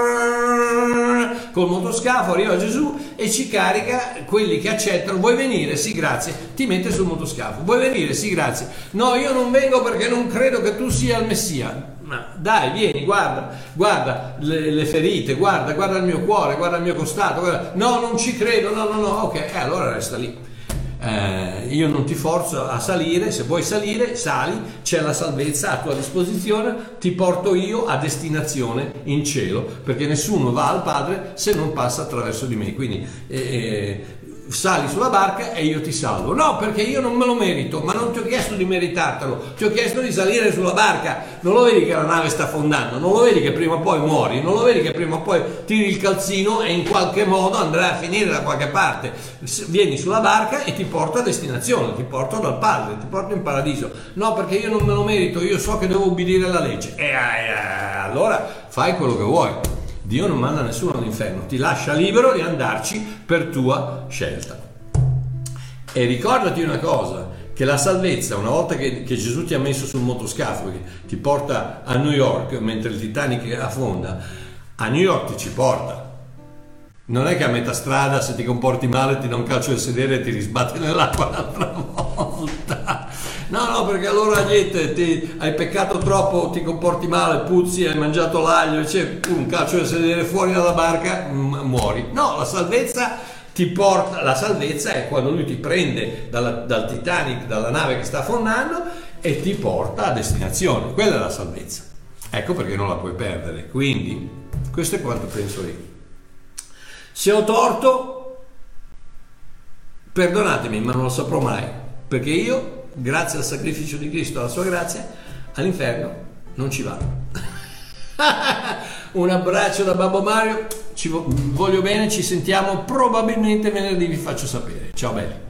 col motoscafo arriva Gesù e ci carica quelli che accettano. Vuoi venire? Sì, grazie. Ti mette sul motoscafo. Vuoi venire? Sì, grazie. No, io non vengo perché non credo che tu sia il Messia. Ma dai, vieni, guarda, guarda le, le ferite, guarda, guarda il mio cuore, guarda il mio costato, guarda. No, non ci credo, no, no, no, ok, eh, allora resta lì. Eh, io non ti forzo a salire, se vuoi salire, sali, c'è la salvezza a tua disposizione, ti porto io a destinazione in cielo, perché nessuno va al Padre se non passa attraverso di me. Quindi eh, sali sulla barca e io ti salvo. No, perché io non me lo merito, ma non ti ho chiesto di meritartelo, ti ho chiesto di salire sulla barca. Non lo vedi che la nave sta affondando? Non lo vedi che prima o poi muori? Non lo vedi che prima o poi tiri il calzino e in qualche modo andrai a finire da qualche parte? Vieni sulla barca e ti porto a destinazione, ti porto dal Padre, ti porto in paradiso. No, perché io non me lo merito, io so che devo ubbidire alla legge. E eh, allora fai quello che vuoi. Dio non manda nessuno all'inferno, ti lascia libero di andarci per tua scelta. E ricordati una cosa, che la salvezza, una volta che, che Gesù ti ha messo sul motoscafo, che ti porta a New York mentre il Titanic affonda, a New York ti ci porta. Non è che a metà strada, se ti comporti male, ti dà un calcio del sedere e ti risbatti nell'acqua un'altra volta. No, no, perché allora niente, ti, hai peccato troppo, ti comporti male, puzzi, hai mangiato l'aglio, c'è un calcio del sedere fuori dalla barca, m- muori. No, la salvezza ti porta, la salvezza è quando lui ti prende dalla, dal Titanic, dalla nave che sta affondando, e ti porta a destinazione. Quella è la salvezza. Ecco perché non la puoi perdere. Quindi, questo è quanto penso io. Se ho torto, perdonatemi, ma non lo saprò mai, perché io, grazie al sacrificio di Cristo, alla sua grazia, all'inferno non ci vado. Un abbraccio da Babbo Mario, ci voglio bene, ci sentiamo probabilmente venerdì, vi faccio sapere. Ciao belli.